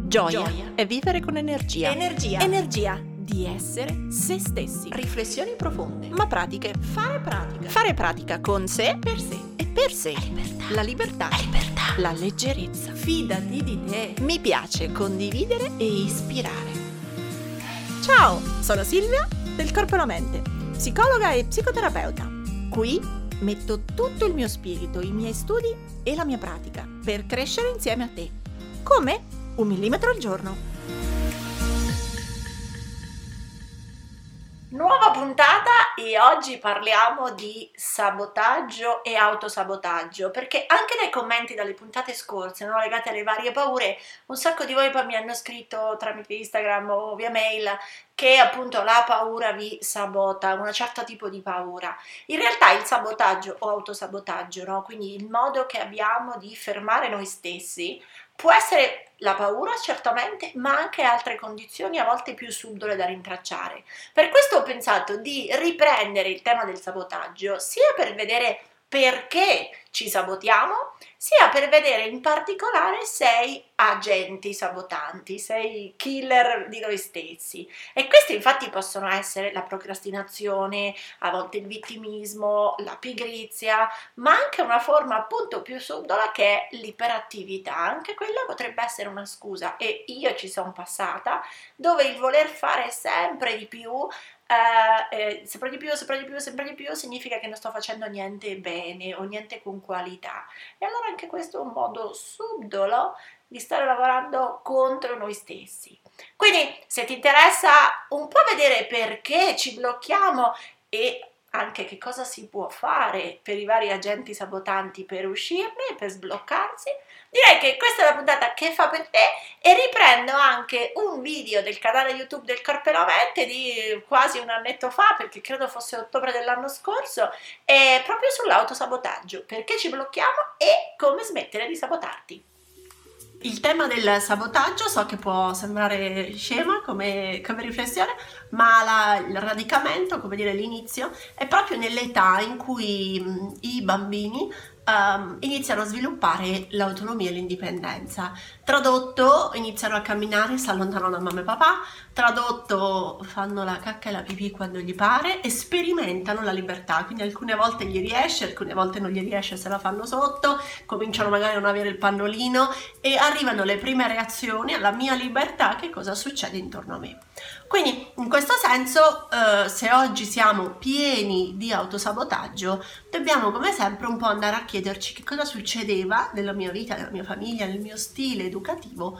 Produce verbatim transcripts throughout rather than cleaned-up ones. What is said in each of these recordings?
Gioia, Gioia è vivere con energia. Energia. Energia di essere se stessi. Riflessioni profonde. Ma pratiche. Fare pratica. Fare pratica con sé, per sé e per sé. La libertà. La libertà. La libertà. La leggerezza. Fidati di te. Mi piace condividere e ispirare. Ciao, sono Silvia del Corpo e la Mente, psicologa e psicoterapeuta. Qui metto tutto il mio spirito, i miei studi e la mia pratica per crescere insieme a te. Come? Un millimetro al giorno. Nuova puntata e oggi parliamo di sabotaggio e autosabotaggio, perché anche nei commenti dalle puntate scorse, no, legate alle varie paure, un sacco di voi poi mi hanno scritto tramite Instagram o via mail che appunto la paura vi sabota, un certo tipo di paura. In realtà il sabotaggio o autosabotaggio, no, quindi il modo che abbiamo di fermare noi stessi, può essere la paura certamente, ma anche altre condizioni a volte più subdole da rintracciare. Per questo ho pensato di riprendere il tema del sabotaggio, sia per vedere perché ci sabotiamo, sia per vedere in particolare sei agenti sabotanti, sei killer di noi stessi. E questi infatti possono essere la procrastinazione, a volte il vittimismo, la pigrizia, ma anche una forma appunto più subdola che è l'iperattività. Anche quella potrebbe essere una scusa, e io ci sono passata, dove il voler fare sempre di più, Uh, eh, sempre di più, sempre di più, sempre di più significa che non sto facendo niente bene o niente con qualità, e allora anche questo è un modo subdolo di stare lavorando contro noi stessi. Quindi se ti interessa un po' vedere perché ci blocchiamo e anche che cosa si può fare per i vari agenti sabotanti per uscirne, per sbloccarsi, direi che questa è la puntata che fa per te, e riprendo anche un video del canale YouTube del Corpo e la Mente di quasi un annetto fa, perché credo fosse ottobre dell'anno scorso, è proprio sull'autosabotaggio, perché ci blocchiamo e come smettere di sabotarti. Il tema del sabotaggio so che può sembrare scema come, come riflessione, ma la, il radicamento, come dire l'inizio, è proprio nell'età in cui mh, i bambini um, iniziano a sviluppare l'autonomia e l'indipendenza. Tradotto, iniziano a camminare, si allontanano da mamma e papà, tradotto fanno la cacca e la pipì quando gli pare e sperimentano la libertà, quindi alcune volte gli riesce, alcune volte non gli riesce, se la fanno sotto, cominciano magari a non avere il pannolino e arrivano le prime reazioni alla mia libertà, che cosa succede intorno a me. Quindi in questo senso eh, se oggi siamo pieni di autosabotaggio, dobbiamo come sempre un po' andare a chiederci che cosa succedeva nella mia vita, nella mia famiglia, nel mio stile educativo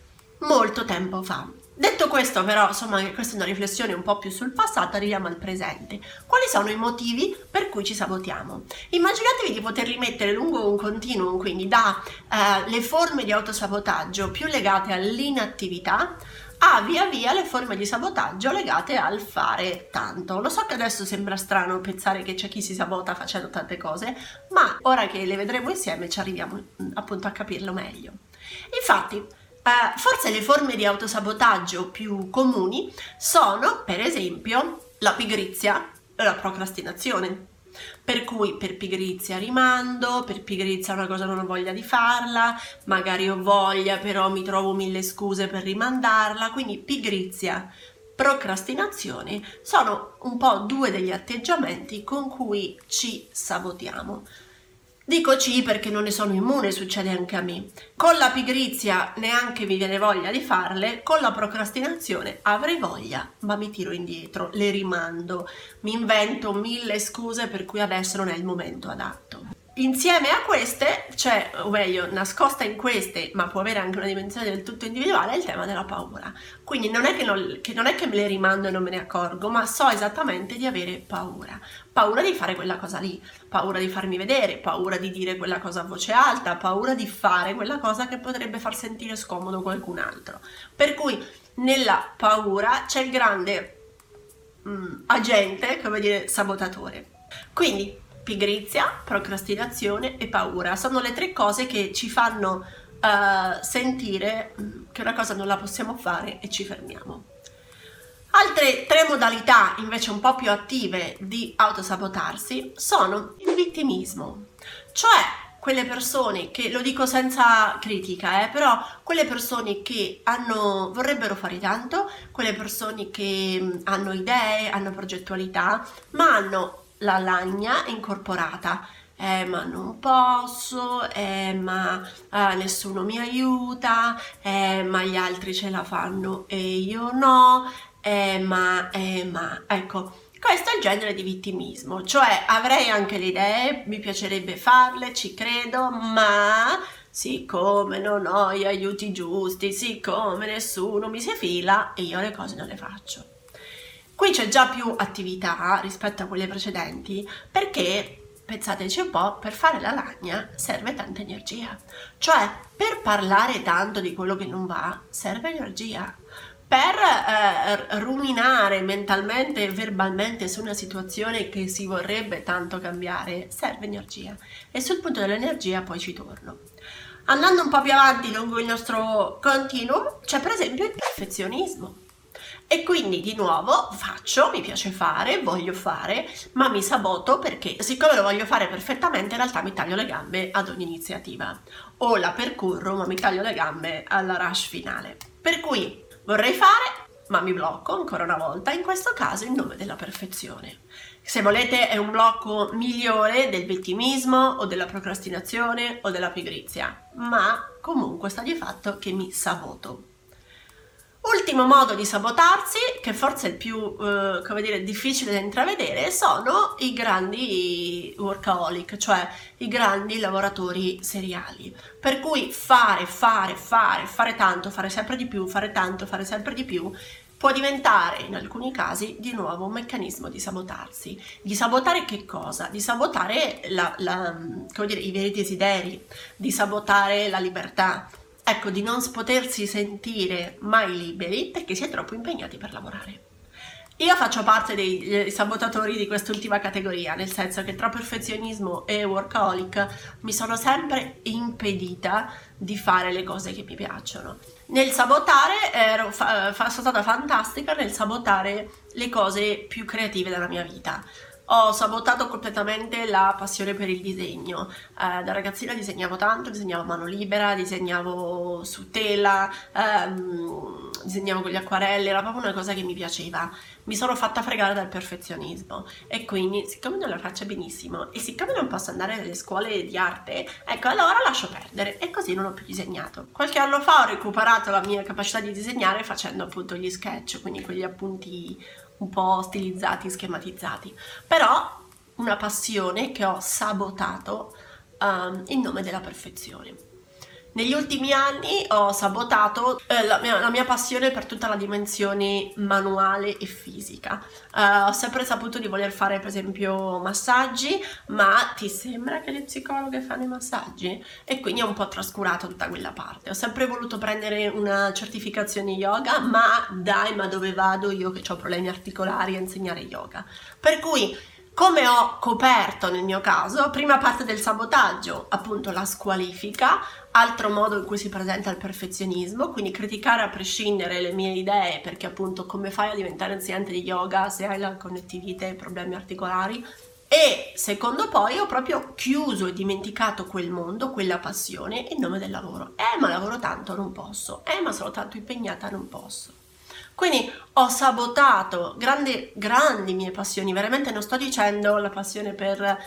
molto tempo fa. Detto questo, però, insomma, questa è una riflessione un po' più sul passato, arriviamo al presente. Quali sono i motivi per cui ci sabotiamo? Immaginatevi di poterli mettere lungo un continuum, quindi da eh, le forme di autosabotaggio più legate all'inattività a via via le forme di sabotaggio legate al fare tanto. Lo so che adesso sembra strano pensare che c'è chi si sabota facendo tante cose, ma ora che le vedremo insieme ci arriviamo appunto a capirlo meglio. Infatti, Uh, forse le forme di autosabotaggio più comuni sono, per esempio, la pigrizia e la procrastinazione. Per cui per pigrizia rimando, per pigrizia una cosa non ho voglia di farla, magari ho voglia però mi trovo mille scuse per rimandarla, quindi pigrizia, procrastinazione sono un po' due degli atteggiamenti con cui ci sabotiamo. Dico ci perché non ne sono immune, succede anche a me. Con la pigrizia neanche mi viene voglia di farle, con la procrastinazione avrei voglia, ma mi tiro indietro, le rimando, mi invento mille scuse per cui adesso non è il momento adatto. Insieme a queste, cioè, o meglio, nascosta in queste, ma può avere anche una dimensione del tutto individuale, è il tema della paura. Quindi non è che, non, che non è che me le rimando e non me ne accorgo, ma so esattamente di avere paura. Paura di fare quella cosa lì, paura di farmi vedere, paura di dire quella cosa a voce alta, paura di fare quella cosa che potrebbe far sentire scomodo qualcun altro. Per cui nella paura c'è il grande mm, agente, come dire, sabotatore. Quindi pigrizia, procrastinazione e paura sono le tre cose che ci fanno uh, sentire che una cosa non la possiamo fare e ci fermiamo. Altre tre modalità invece un po' più attive di autosabotarsi sono il vittimismo, cioè quelle persone che, lo dico senza critica, eh, però quelle persone che hanno, vorrebbero fare tanto, quelle persone che mh, hanno idee, hanno progettualità, ma hanno la lagna incorporata. Eh, ma non posso, eh, ma eh, nessuno mi aiuta, eh, ma gli altri ce la fanno e io no, eh, ma, eh, ma, ecco. Questo è il genere di vittimismo, cioè avrei anche le idee, mi piacerebbe farle, ci credo, ma siccome non ho gli aiuti giusti, siccome nessuno mi si fila e io le cose non le faccio. Qui c'è già più attività rispetto a quelle precedenti, perché, pensateci un po', per fare la lagna serve tanta energia, cioè per parlare tanto di quello che non va serve energia. Per eh, ruminare mentalmente e verbalmente su una situazione che si vorrebbe tanto cambiare serve energia, e sul punto dell'energia poi ci torno. Andando un po' più avanti lungo il nostro continuum c'è per esempio il perfezionismo, e quindi di nuovo faccio, mi piace fare, voglio fare, ma mi saboto perché siccome lo voglio fare perfettamente in realtà mi taglio le gambe ad ogni iniziativa, o la percorro ma mi taglio le gambe alla rush finale, per cui vorrei fare, ma mi blocco ancora una volta, in questo caso in nome della perfezione. Se volete è un blocco migliore del vittimismo o della procrastinazione o della pigrizia, ma comunque sta di fatto che mi saboto. Ultimo modo di sabotarsi, che forse è il più eh, come dire, difficile da intravedere, sono i grandi workaholic, cioè i grandi lavoratori seriali, per cui fare, fare, fare, fare tanto, fare sempre di più, fare tanto, fare sempre di più, può diventare in alcuni casi di nuovo un meccanismo di sabotarsi. Di sabotare che cosa? Di sabotare la, la, come dire, i veri desideri, di sabotare la libertà. Ecco, di non potersi sentire mai liberi perché si è troppo impegnati per lavorare. Io faccio parte dei sabotatori di quest'ultima categoria, nel senso che tra perfezionismo e workaholic mi sono sempre impedita di fare le cose che mi piacciono. Nel sabotare ero fa, sono stata fantastica nel sabotare le cose più creative della mia vita. Ho sabotato completamente la passione per il disegno. Eh, da ragazzina disegnavo tanto, disegnavo a mano libera, disegnavo su tela, ehm, disegnavo con gli acquarelli, era proprio una cosa che mi piaceva. Mi sono fatta fregare dal perfezionismo e quindi, siccome non la faccio benissimo e siccome non posso andare nelle scuole di arte, ecco, allora lascio perdere e così non ho più disegnato. Qualche anno fa ho recuperato la mia capacità di disegnare facendo appunto gli sketch, quindi quegli appunti un po' stilizzati, schematizzati, però una passione che ho sabotato um, in nome della perfezione. Negli ultimi anni ho sabotato eh, la, mia, la mia passione per tutta la dimensione manuale e fisica. Uh, ho sempre saputo di voler fare per esempio massaggi, ma ti sembra che le psicologhe fanno i massaggi? E quindi ho un po' trascurato tutta quella parte. Ho sempre voluto prendere una certificazione yoga, ma dai, ma dove vado io che ho problemi articolari a insegnare yoga? Per cui, come ho coperto nel mio caso, prima parte del sabotaggio, appunto la squalifica, altro modo in cui si presenta il perfezionismo, quindi criticare a prescindere le mie idee, perché appunto come fai a diventare insegnante di yoga se hai la connettività e problemi articolari? E secondo poi ho proprio chiuso e dimenticato quel mondo, quella passione in nome del lavoro. Eh ma lavoro tanto, non posso. Eh ma sono tanto impegnata, non posso. Quindi ho sabotato grandi, grandi mie passioni, veramente non sto dicendo la passione per eh,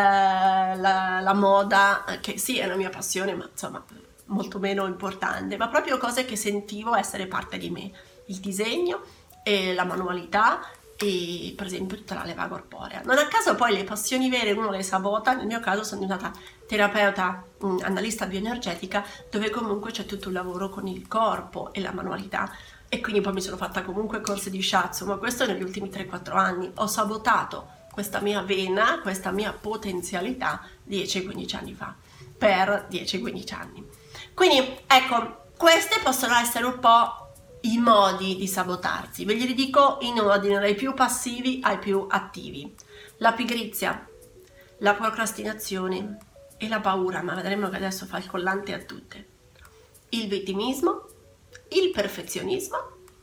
la, la moda, che sì è una mia passione, ma insomma molto meno importante, ma proprio cose che sentivo essere parte di me, il disegno e la manualità e per esempio tutta la leva corporea. Non a caso poi le passioni vere uno le sabota, nel mio caso sono diventata terapeuta, mh, analista bioenergetica, dove comunque c'è tutto un lavoro con il corpo e la manualità. E quindi poi mi sono fatta comunque corsi di shiatsu, ma questo negli ultimi tre quattro anni. Ho sabotato questa mia vena, questa mia potenzialità dieci quindici anni fa, per dieci quindici anni. Quindi ecco, queste possono essere un po' i modi di sabotarsi. Ve li ridico in ordine dai più passivi ai più attivi. La pigrizia, la procrastinazione e la paura, ma vedremo che adesso fa il collante a tutte. Il vittimismo, il perfezionismo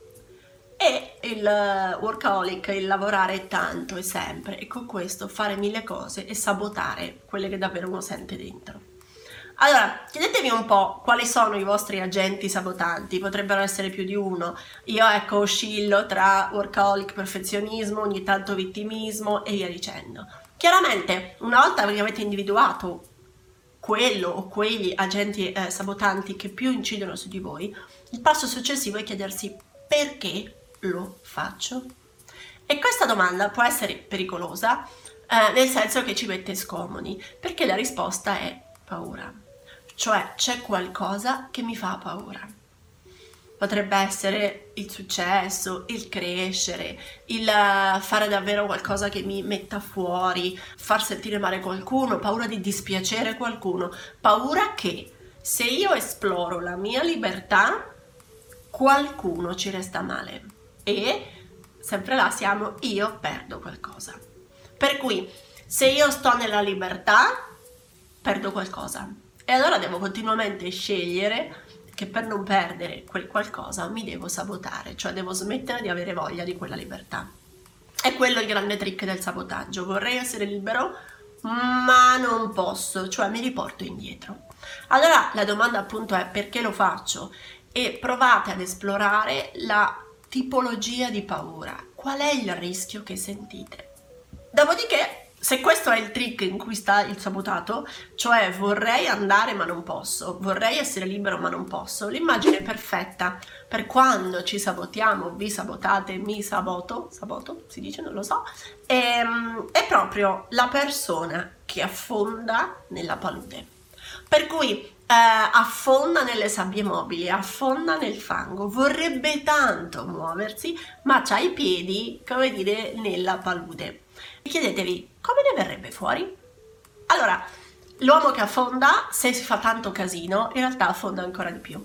e il workaholic, il lavorare tanto e sempre e con questo fare mille cose e sabotare quelle che davvero uno sente dentro. Allora, chiedetevi un po' quali sono i vostri agenti sabotanti, potrebbero essere più di uno. Io ecco oscillo tra workaholic, perfezionismo, ogni tanto vittimismo e via dicendo. Chiaramente, una volta che avete individuato quello o quegli agenti eh, sabotanti che più incidono su di voi, il passo successivo è chiedersi perché lo faccio? E questa domanda può essere pericolosa, eh, nel senso che ci mette scomodi, perché la risposta è paura. Cioè c'è qualcosa che mi fa paura. Potrebbe essere il successo, il crescere, il fare davvero qualcosa che mi metta fuori, far sentire male qualcuno, paura di dispiacere qualcuno, paura che se io esploro la mia libertà, qualcuno ci resta male e sempre là siamo, io perdo qualcosa. Per cui se io sto nella libertà, perdo qualcosa. E allora devo continuamente scegliere che per non perdere quel qualcosa mi devo sabotare, cioè devo smettere di avere voglia di quella libertà. È quello il grande trick del sabotaggio. Vorrei essere libero, ma non posso, cioè mi riporto indietro. Allora la domanda appunto è perché lo faccio? E provate ad esplorare la tipologia di paura. Qual è il rischio che sentite? Dopodiché, se questo è il trick in cui sta il sabotato, cioè vorrei andare ma non posso, vorrei essere libero ma non posso, l'immagine è perfetta per quando ci sabotiamo, vi sabotate, mi saboto, saboto si dice, non lo so, è, è proprio la persona che affonda nella palude. Per cui eh, affonda nelle sabbie mobili, affonda nel fango, vorrebbe tanto muoversi, ma c'ha i piedi, come dire, nella palude. E chiedetevi, come ne verrebbe fuori? Allora, l'uomo che affonda, se si fa tanto casino, in realtà affonda ancora di più.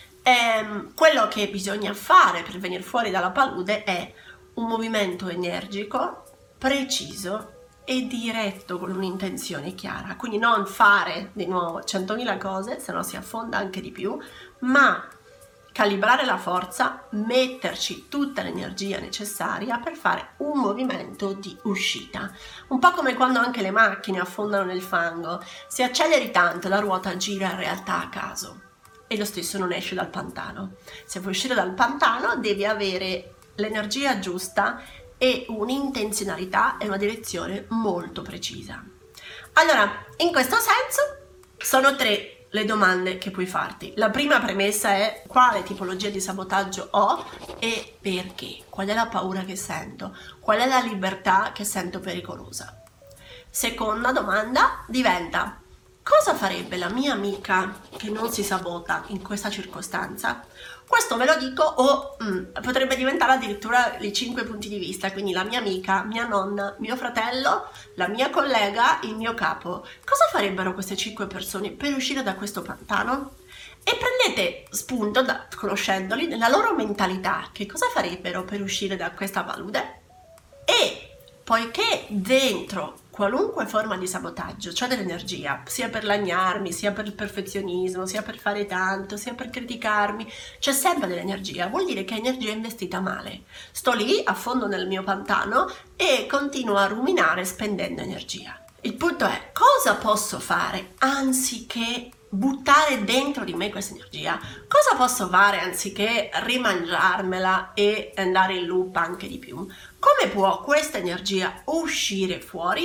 Ehm, quello che bisogna fare per venire fuori dalla palude è un movimento energico, preciso e diretto con un'intenzione chiara. Quindi non fare di nuovo centomila cose, se no si affonda anche di più, ma calibrare la forza, metterci tutta l'energia necessaria per fare un movimento di uscita. Un po' come quando anche le macchine affondano nel fango. Se acceleri tanto, la ruota gira in realtà a caso. E lo stesso non esce dal pantano. Se vuoi uscire dal pantano, devi avere l'energia giusta e un'intenzionalità e una direzione molto precisa. Allora, in questo senso, sono tre le domande che puoi farti. La prima premessa è quale tipologia di sabotaggio ho e perché? Qual è la paura che sento? Qual è la libertà che sento pericolosa? Seconda domanda diventa: cosa farebbe la mia amica che non si sabota in questa circostanza? Questo ve lo dico o mm, potrebbe diventare addirittura i cinque punti di vista, quindi la mia amica, mia nonna, mio fratello, la mia collega, il mio capo. Cosa farebbero queste cinque persone per uscire da questo pantano? E prendete spunto, da, conoscendoli, nella loro mentalità, che cosa farebbero per uscire da questa palude? E poiché dentro qualunque forma di sabotaggio c'è dell'energia, sia per lagnarmi, sia per il perfezionismo, sia per fare tanto, sia per criticarmi, c'è sempre dell'energia, vuol dire che è energia investita male. Sto lì, affondo nel mio pantano e continuo a ruminare spendendo energia. Il punto è, cosa posso fare anziché buttare dentro di me questa energia? Cosa posso fare anziché rimangiarmela e andare in loop anche di più? Come può questa energia uscire fuori?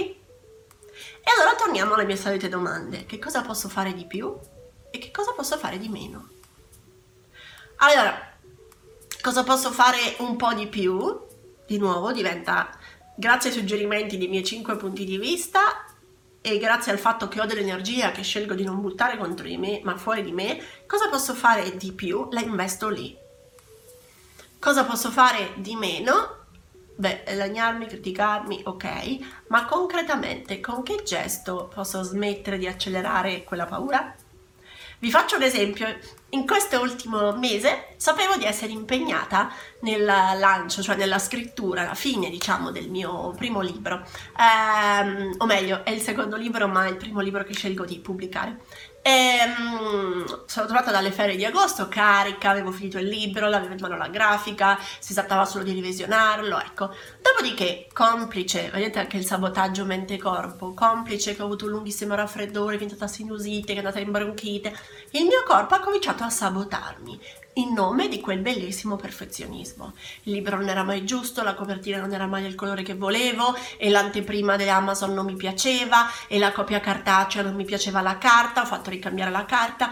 E allora torniamo alle mie solite domande. Che cosa posso fare di più e che cosa posso fare di meno? Allora, cosa posso fare un po' di più? Di nuovo diventa, grazie ai suggerimenti dei miei cinque punti di vista e grazie al fatto che ho dell'energia che scelgo di non buttare contro di me ma fuori di me, cosa posso fare di più? La investo lì. Cosa posso fare di meno? Beh, lagnarmi, criticarmi, ok, ma concretamente con che gesto posso smettere di accelerare quella paura? Vi faccio un esempio. In questo ultimo mese sapevo di essere impegnata nel lancio, cioè nella scrittura, la fine diciamo del mio primo libro, ehm, o meglio è il secondo libro ma è il primo libro che scelgo di pubblicare. E, um, sono tornata dalle ferie di agosto carica, avevo finito il libro, avevo in mano la grafica, si trattava solo di revisionarlo, ecco. Dopodiché, complice, vedete anche il sabotaggio mente-corpo, complice che ho avuto un lunghissimo raffreddore, è diventata sinusite, che è andata in bronchite, il mio corpo ha cominciato a sabotarmi in nome di quel bellissimo perfezionismo. Il libro non era mai giusto, la copertina non era mai il colore che volevo, e l'anteprima di Amazon non mi piaceva, e la copia cartacea non mi piaceva la carta, ho fatto ricambiare la carta,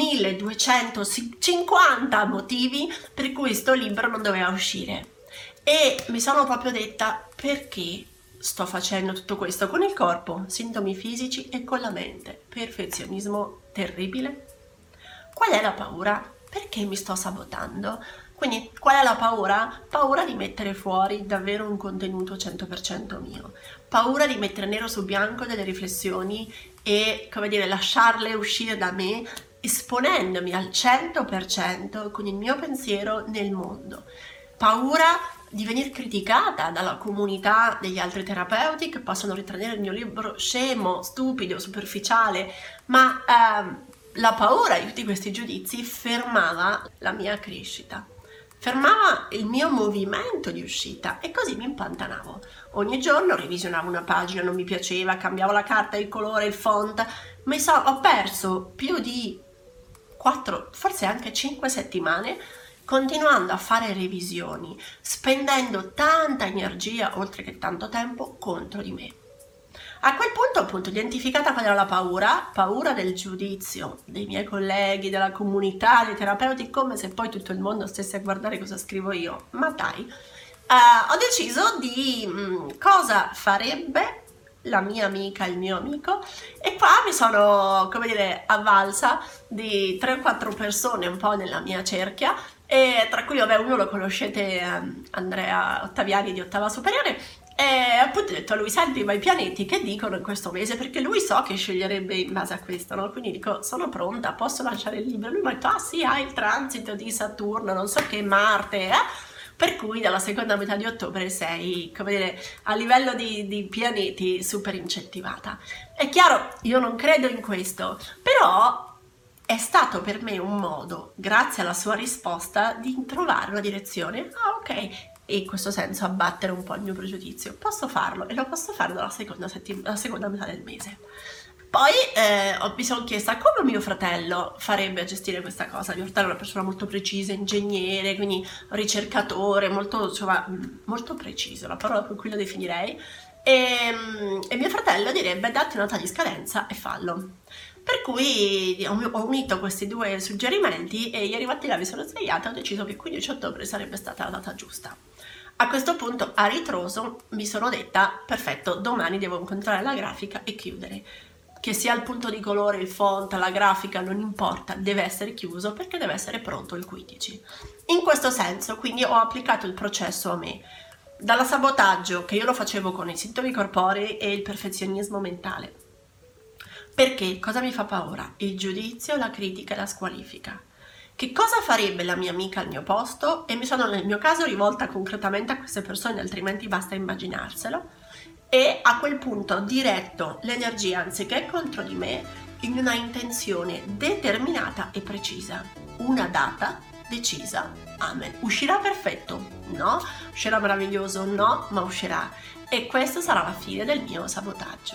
milleduecentocinquanta motivi per cui sto libro non doveva uscire. E mi sono proprio detta: perché sto facendo tutto questo con il corpo, sintomi fisici, e con la mente, perfezionismo terribile? Qual è la paura? Perché mi sto sabotando? Quindi qual è la paura? Paura di mettere fuori davvero un contenuto cento per cento mio, paura di mettere nero su bianco delle riflessioni e, come dire, lasciarle uscire da me, esponendomi al cento per cento con il mio pensiero nel mondo, paura di venire criticata dalla comunità degli altri terapeuti che possono ritenere il mio libro scemo, stupido, superficiale, ma ehm, la paura di tutti questi giudizi fermava la mia crescita, fermava il mio movimento di uscita, e così mi impantanavo. Ogni giorno revisionavo una pagina, non mi piaceva, cambiavo la carta, il colore, il font, mi so, ho perso più di quattro, forse anche cinque settimane continuando a fare revisioni, spendendo tanta energia, oltre che tanto tempo, contro di me. A quel punto, appunto, identificata qual era la paura, paura del giudizio dei miei colleghi, della comunità, dei terapeuti, come se poi tutto il mondo stesse a guardare cosa scrivo io, ma dai, uh, ho deciso di mh, cosa farebbe la mia amica, il mio amico, e qua mi sono, come dire, avvalsa di tre o quattro persone un po' nella mia cerchia, e tra cui, vabbè, uno lo conoscete, um, Andrea Ottaviani di Ottava Superiore. E appunto ho detto a lui: senti, ma i pianeti che dicono in questo mese? Perché lui so che sceglierebbe in base a questo, no? Quindi dico: sono pronta, posso lanciare il libro? Lui mi ha detto: ah sì, hai il transito di Saturno, non so che, Marte, eh? Per cui dalla seconda metà di ottobre sei, come dire, a livello di, di pianeti super incentivata. È chiaro, io non credo in questo, però è stato per me un modo, grazie alla sua risposta, di trovare una direzione. Ah, ok, e in questo senso abbattere un po' il mio pregiudizio. Posso farlo, e lo posso fare dalla seconda, settim- dalla seconda metà del mese. Poi eh, mi sono chiesta come mio fratello farebbe a gestire questa cosa. Mio fratello è una persona molto precisa, ingegnere, quindi ricercatore, molto, insomma, molto preciso, la parola con cui lo definirei. E, e mio fratello direbbe: datti una data di scadenza e fallo. Per cui ho unito questi due suggerimenti, e ieri mattina mi sono svegliata e ho deciso che il quindici ottobre sarebbe stata la data giusta. A questo punto, a ritroso, mi sono detta: perfetto, domani devo incontrare la grafica e chiudere. Che sia il punto di colore, il font, la grafica, non importa, deve essere chiuso perché deve essere pronto il quindici. In questo senso, quindi, ho applicato il processo a me. Dalla sabotaggio, che io lo facevo con i sintomi corporei e il perfezionismo mentale. Perché? Cosa mi fa paura? Il giudizio, la critica e la squalifica. Che cosa farebbe la mia amica al mio posto? E mi sono nel mio caso rivolta concretamente a queste persone, altrimenti basta immaginarselo, e a quel punto ho diretto l'energia, anziché contro di me, in una intenzione determinata e precisa. Una data decisa. Amen. Uscirà perfetto? No. Uscirà meraviglioso? No, ma uscirà. E questa sarà la fine del mio sabotaggio.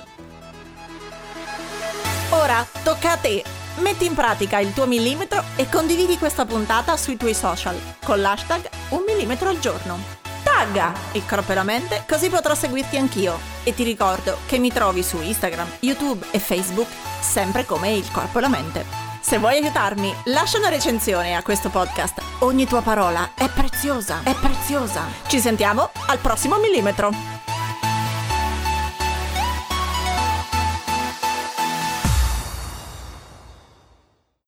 Ora tocca a te. Metti in pratica il tuo millimetro e condividi questa puntata sui tuoi social con l'hashtag un millimetro al giorno. Tagga il corpo e la mente, così potrò seguirti anch'io. E ti ricordo che mi trovi su Instagram, YouTube e Facebook sempre come il corpo e la mente. Se vuoi aiutarmi, lascia una recensione a questo podcast. Ogni tua parola è preziosa, è preziosa. Ci sentiamo al prossimo millimetro.